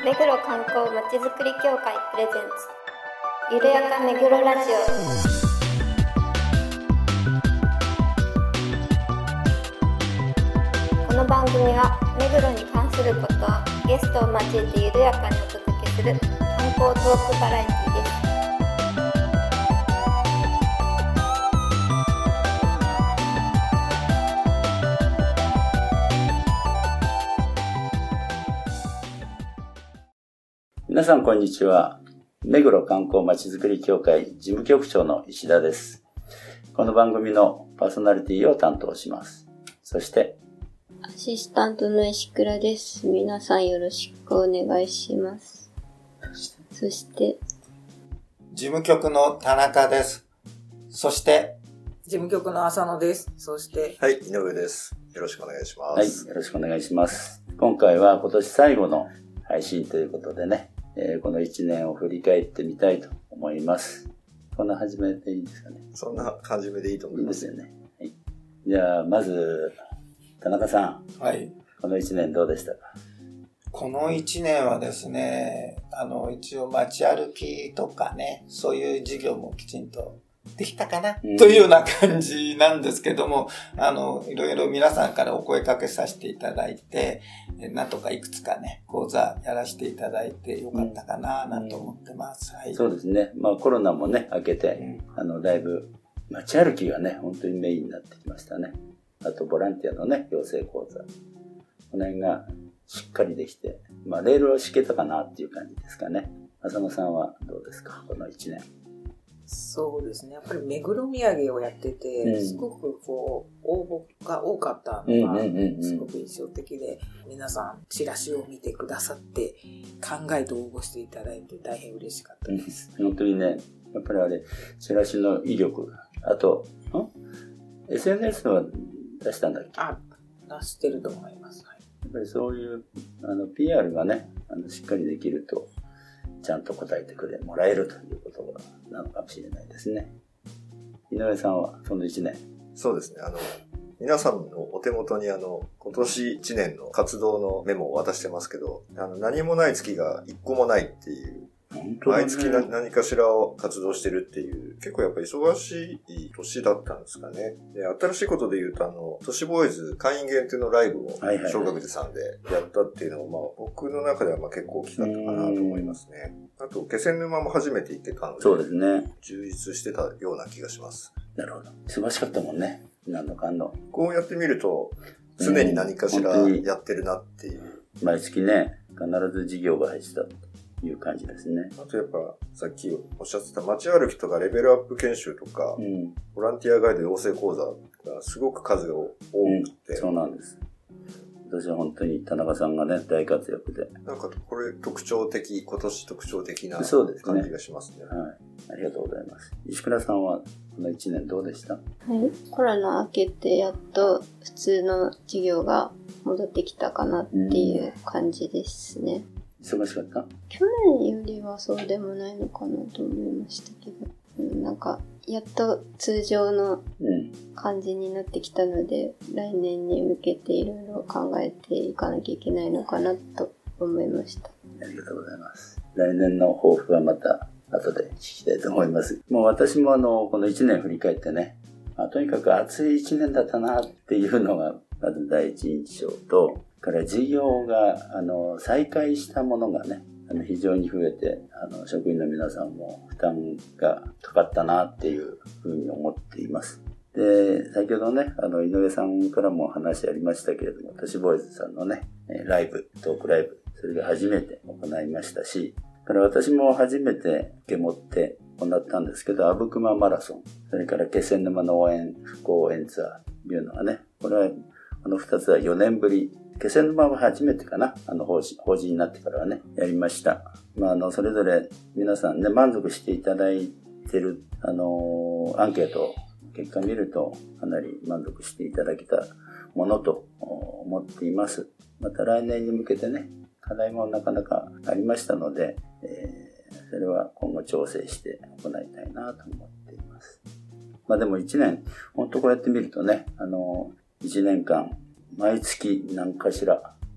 目黒観光まちづくり協会プレゼンツゆるやか目黒ラジオ。この番組は目黒に関することをゲストを交えてゆるやかにお届けする観光トークバラエティです。 皆さんこんにちは。目黒観光まちづくり協会事務局長の石田です。この番組のパーソナリティを担当します。そしてアシスタントの石倉です。皆さんよろしくお願いします。そして事務局の田中です。そして事務局の浅野です。そしてはい、井上です。よろしくお願いします。 はい、よろしくお願いします。今回は今年最後の配信ということでね、この1年を振り返ってみたいと思います。こんな始めていいですかね。 そんな感じでいいと思います。 いいですよね。はい。じゃあまず田中さん、 はい。 この1年どうでしたか？ この1年はですね、一応街歩きとかね、そういう事業もきちんとできたかな、というような感じなんですけども、いろいろ皆さんからお声かけさせていただいて、なんとかいくつかね、講座やらせていただいてよかったかな、なんて思ってます。はい。 そうですね。まあコロナもね、明けて、だいぶ街歩きがね、本当にメインになってきましたね。あとボランティアのね、養成講座。この辺がしっかりできて、まあレールを敷けたかなっていう感じですかね。浅野さんはどうですか、この1年。 そうですね。やっぱり目黒土産をやってて、すごくこう、応募が多かったのが、すごく印象的で、皆さん、チラシを見てくださって、考えて応募していただいて大変嬉しかったです。 本当にね、やっぱりあれ、チラシの威力、あと、SNS は出したんだっけ？ 出してると思います。はい、 やっぱりそういう、PR がね、しっかりできると、ちゃんと答えてもらえるということなのかもしれないですね。井上さんはその1年。 そうですね。皆さんのお手元に今年1年の活動のメモを渡してますけど、何もない月が1個もないっていう、毎月何かしらを活動してるっていう、結構やっぱり忙しい年だったんですかね。で、新しいことで言うと都市ボーイズ会員限定のライブを小学寺さんでやったっていうのも、僕の中では結構大きかったかなと思いますね。あと、気仙沼も初めて行けたので、 そうですね。 充実してたような気がします。 なるほど。忙しかったもんね。なんのかんの。 こうやってみると、常に何かしらやってるなっていう。 毎月ね、必ず事業が入ってたという感じですね。 あとやっぱ、さっきおっしゃってた街歩きとかレベルアップ研修とか、ボランティアガイド養成講座がすごく数が多くて、 そうなんです。私は本当に田中さんがね、大活躍で。 なんかこれ今年特徴的な感じがしますね。 はい。ありがとうございます。石倉さんはこの1年どうでした？ はい。コロナ明けてやっと普通の授業が戻ってきたかなっていう感じですね。 忙しかった？ 去年よりはそうでもないのかなと思いましたけど、なんかやっと通常の感じになってきたので、来年に向けていろいろ考えていかなきゃいけないのかなと思いました。 ありがとうございます。来年の抱負はまた後で聞きたいと思います。もう私もこの1年振り返ってね、とにかく暑い1年だったなっていうのがまず第一印象と、から事業が再開したものがね、非常に増えて、職員の皆さんも負担がかかったなっていうふうに思っています。で、先ほどね、井上さんからも話ありましたけれども、都市ボーイズさんのね、ライブ、トークライブ、それが初めて行いましたし、から私も初めて受け持って行ったんですけど、阿武隈マラソン、それから気仙沼の復興応援ツアーというのがね、これは、2つは4年ぶり、気仙沼は初めてかな、法人になってからはね、やりました。それぞれ皆さんね、満足していただいてる、アンケート、結果見ると、かなり満足していただけたものと思っています。また来年に向けてね、課題もなかなかありましたので、それは今後調整して行いたいなと思っています。でも1年、本当こうやって見るとね、1年間、毎月何かしら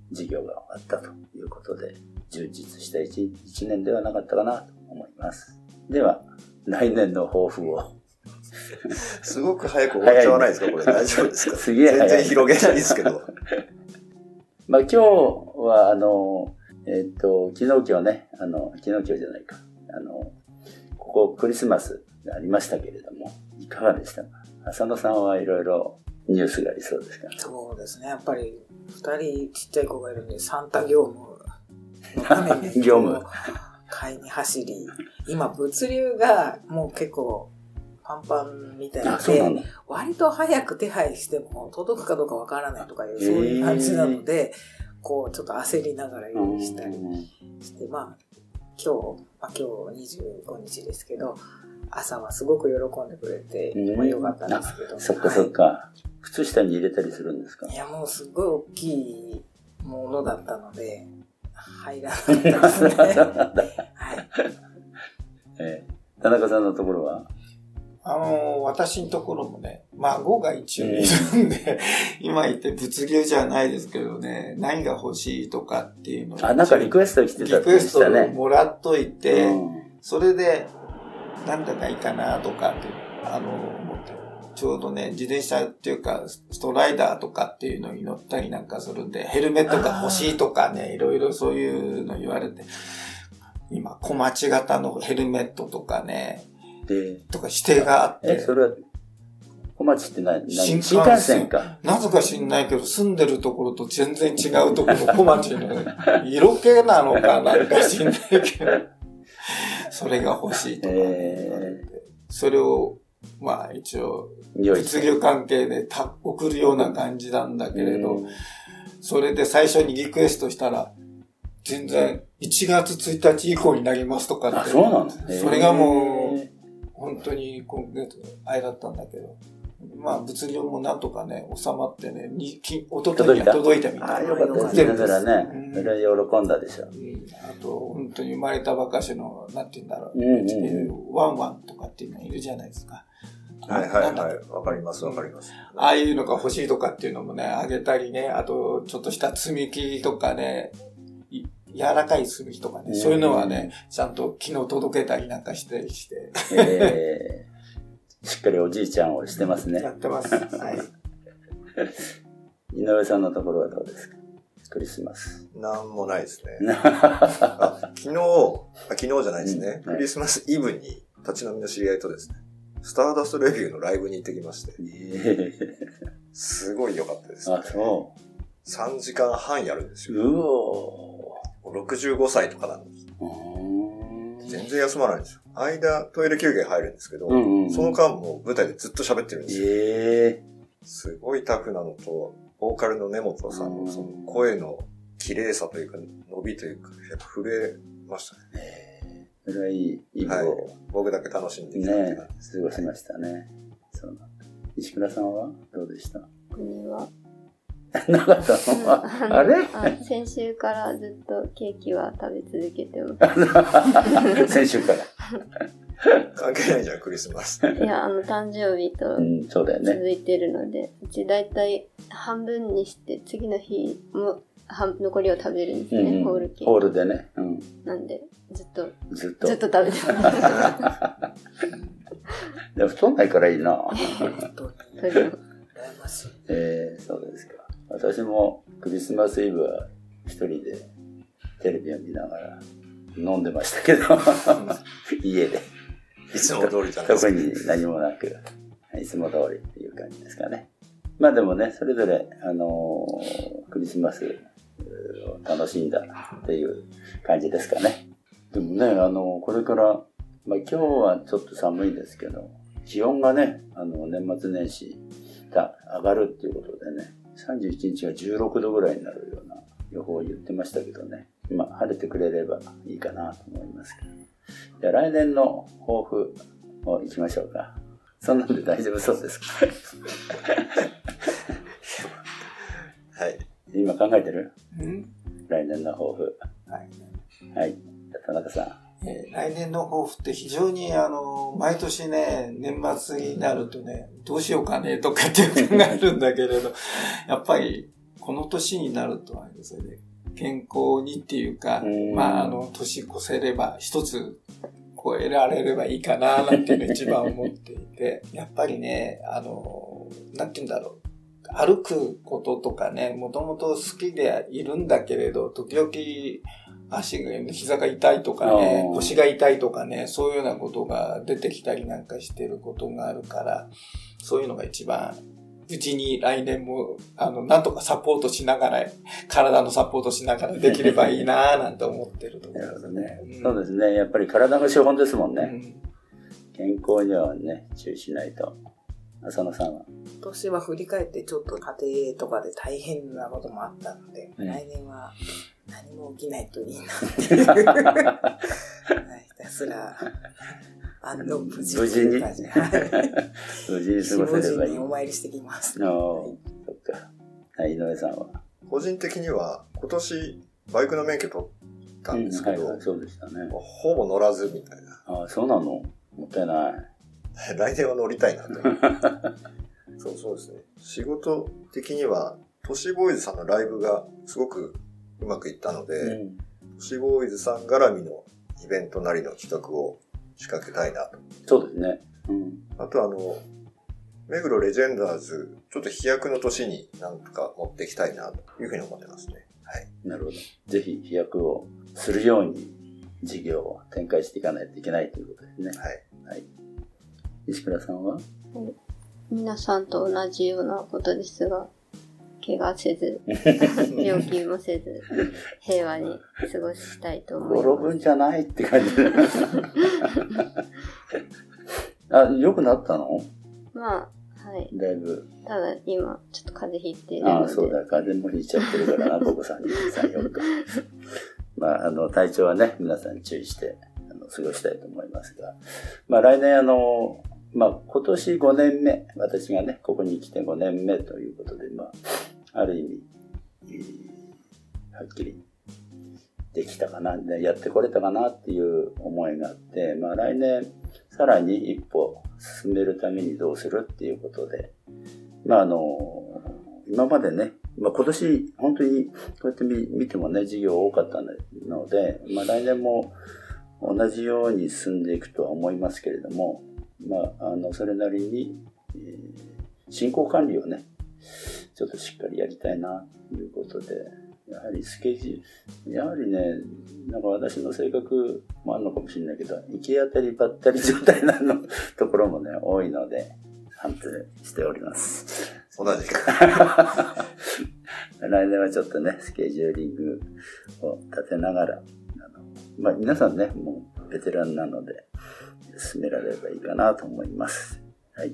授業が終わったということで、充実した一年ではなかったかなと思います。では、来年の抱負を。 すごく早く終わっちゃわないですかこれ大丈夫ですかすげえ早い。 全然広げないですけど。 まあ今日は昨日今日ね、昨日今日じゃないか。ここクリスマスがありましたけれども、いかがでしたか？浅野さんはいろいろニュースがありそうですか？ そうですね。やっぱり2人ちっちゃい子がいるんで、サンタ業務のために業務買いに走り、今物流がもう結構パンパンみたいで、割と早く手配しても届くかどうかわからないとかいう、そういう感じなので、こうちょっと焦りながら用意したりして、今日25日ですけど、朝はすごく喜んでくれて、良かったんですけど。 そっかそっか、はい。靴下に入れたりするんですか？ いや、もうすごい大きいものだったので、入らなかったですね。はい。 田中さんのところは？ 私のところもね、孫が一応いるんで、今言って物流じゃないですけどね、何が欲しいとかっていうのを。 なんかリクエスト来てたって言ってたね。 リクエストもらっといて、それで、なんだかいいかなとかって、思って、ちょうどね、自転車っていうか、ストライダーとかっていうのに乗ったりなんかするんで、ヘルメットが欲しいとかね、いろいろそういうの言われて、今、小町型のヘルメットとかね、とか指定があって。 それは、小町って何？新幹線か。 なぜか知んないけど、住んでるところと全然違うところ、小町の色気なのかなんか知んないけど、それが欲しいとかね、それを、一応、物流関係で送るような感じなんだけれど、それで最初にリクエストしたら、全然1月1日以降になりますとかって。 あ、そうなんですね。 それがもう、本当に今月、あれだったんだけど、物流もなんとかね、収まってね、おとといには届いたみたいな。 あ、よかったですね。それはね、それは喜んだでしょ。 あと、本当に生まれたばかしの、なんて言うんだろう、ワンワンとかっていうのいるじゃないですか。 はいはいはい。わかりますわかります。 ああいうのが欲しいとかっていうのもね、あげたりね、あと、ちょっとした積み木とかね、柔らかい積み木とかね、そういうのはね、ちゃんと昨日届けたりなんかして。 しっかりおじいちゃんをしてますね。 やってます。はい。 井上さんのところはどうですか？クリスマス。 なんもないですね。昨日じゃないですね。クリスマスイブに立ち飲みの知り合いとですね、スターダストレビューのライブに行ってきまして。すごい良かったです、ね。 あ、そう。 3時間半やるんですよ。 うおー。65歳とかなんです。全然休まないんですよ。間、トイレ休憩入るんですけど、その間も舞台でずっと喋ってるんですよ。すごいタフなのと、ボーカルの根本さんのその声の綺麗さというか、伸びというか、やっぱ震えましたね。 それはいいイブを、 僕だけ楽しんできたって感じです。 過ごしましたね。そうなんだ。石倉さんはどうでした？ 国はなかったの？あれ？ 先週からずっとケーキは食べ続けてます。 先週から。 関係ないじゃん、クリスマス。 いや、誕生日と続いてるので、うちだいたい半分にして、次の日も残りを食べるんですね、ホールケーキ。 ホールでね。 なんで、ずっと食べてます。 でも太んないからいいな。そうですか。私もクリスマスイブは一人でテレビを見ながら飲んでましたけど、家で。 いつも通りじゃないですか。 特に何もなく、いつも通りっていう感じですかね。でもね、それぞれ、クリスマスを楽しんだっていう感じですかね。でもね、これから、今日はちょっと寒いですけど、気温がね、年末年始が上がるっていうことでね、31日が16度ぐらいになるような予報を言ってましたけどね、晴れてくれればいいかなと思いますけど。じゃあ来年の抱負をいきましょうか。そんなんで大丈夫そうですか？ はい。 今考えてる？来年の抱負。はい。じゃあ田中さん。 来年の抱負って非常に毎年ね、年末になるとね、どうしようかねとかって考えるんだけれど、やっぱりこの年になるとあれですよね、健康にっていうか、年越せれば一つ超えられればいいかななんていうのを一番思っていて、やっぱりね、なんていうんだろう、歩くこととかね、もともと好きでいるんだけれど、時々膝が痛いとかね、腰が痛いとかね、そういうようなことが出てきたりなんかしてることがあるから、そういうのが一番、無事に来年も、なんとかサポートしながら、体のサポートしながらできればいいなぁなんて思ってるところですね。 そうですね。やっぱり体の資本ですもんね。健康にはね、注意しないと。浅野さんは今年は振り返ってちょっと家庭とかで大変なこともあったので、来年は何も起きないといいなっていう。ひたすら、無事に。 無事に過ごせればいい。 お参りしてきます。 そっか。はい、井上さんは個人的には今年バイクの免許取ったんですけど、 そうでしたね。 ほぼ乗らずみたいな。 ああ、そうなの？もったいない。 来年は乗りたいなと。そうですね。仕事的には、都市ボーイズさんのライブがすごくうまくいったので、都市ボーイズさん絡みのイベントなりの企画を仕掛けたいなと。 そうですね。 あと目黒レジェンダーズ、ちょっと飛躍の年になんとか持っていきたいなというふうに思ってますね。はい。 なるほど。ぜひ飛躍をするように事業を展開していかないといけないということですね。はい。石倉さんは？ 皆さんと同じようなことですが、怪我せず、病気もせず、平和に過ごしたいと思います。 転ぶんじゃないって感じ。良くなったの？ まあ、はい。 だいぶ。 ただ今、ちょっと風邪ひいてるので。 そうだ、風邪もひいちゃってるからな、僕3、2、3、4か。まあ、体調はね、皆さん注意して、過ごしたいと思いますが。まあ、来年今年5年目、私がね、ここに来て5年目ということで、ある意味、はっきりできたかな、やってこれたかなっていう思いがあって、来年、さらに一歩進めるためにどうするっていうことで、今までね、今年、本当にこうやって見てもね、事業多かったので、来年も同じように進んでいくとは思いますけれども、それなりに、進行管理をね、ちょっとしっかりやりたいな、ということで、やはりスケジュール、やはりね、なんか私の性格もあるのかもしれないけど、行き当たりばったり状態なのところもね、多いので、判定しております。 同じく。 来年はちょっとね、スケジューリングを立てながら、皆さんね、もうベテランなので、進められればいいかなと思います。はい。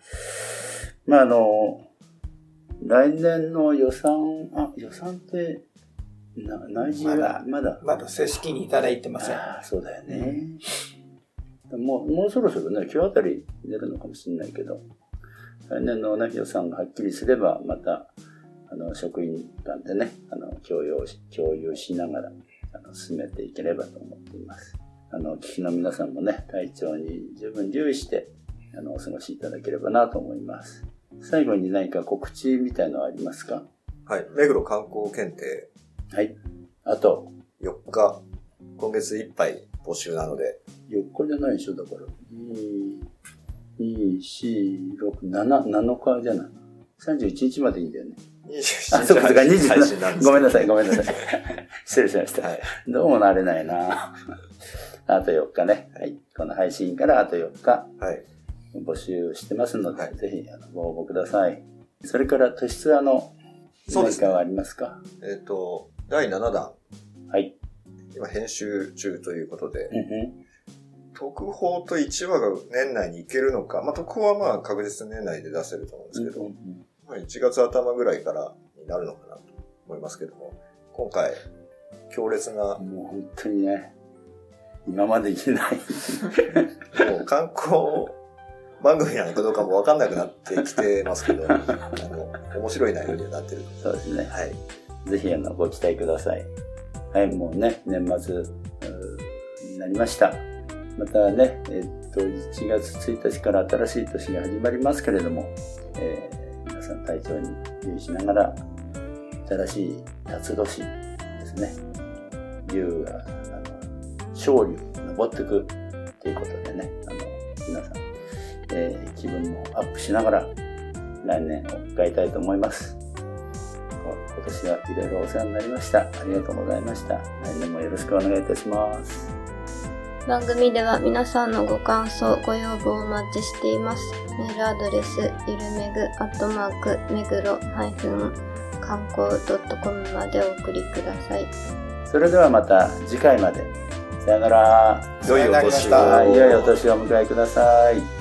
来年の予算って、内示はまだ正式にいただいてません。 そうだよね。もうそろそろね、今日あたり出るのかもしれないけど、来年のね、予算がはっきりすれば、また、職員間でね、共有しながら、進めていければと思っています。聞きの皆さんもね、体調に十分留意して、お過ごしいただければなと思います。最後に何か告知みたいのはありますか？ はい。目黒観光検定。 はい。あと、 4日、今月いっぱい募集なので。 4日じゃないでしょ、だから。2、4、6、7日じゃない。31日までいいんだよね。そうか、27。ごめんなさい。失礼しました。はい、どうも慣れないな。あと4日ね。はい。この配信からあと4日。 はい。 募集してますので、はい、ぜひご応募ください。それから都市ツアーの何かはありますか？ 第7弾。 はい。 今編集中ということで、特報と1話が年内に行けるのか、特報は確実に年内で出せると思うんですけど、1月頭ぐらいからになるのかなと思いますけども、今回、強烈な。 もう本当にね、今までにない。 もう観光番組なのかどうかも分かんなくなってきてますけど、面白い内容にはなってる。 そうですね。はい。ぜひご期待ください。はい、もうね、年末になりました。またね、1月1日から新しい年が始まりますけれども、皆さん体調に留意しながら、 新しい辰年ですね。龍が、昇龍、登ってくということでね、皆さん、気分もアップしながら来年を迎えたいと思います。今年はいろいろお世話になりました。ありがとうございました。来年もよろしくお願いいたします。 番組では皆さんのご感想、ご要望をお待ちしています。メールアドレス、ゆるめぐめぐろ観光.com までお送りください。 それではまた次回まで。さよなら。 良いお年を。 良いお年をお迎えください。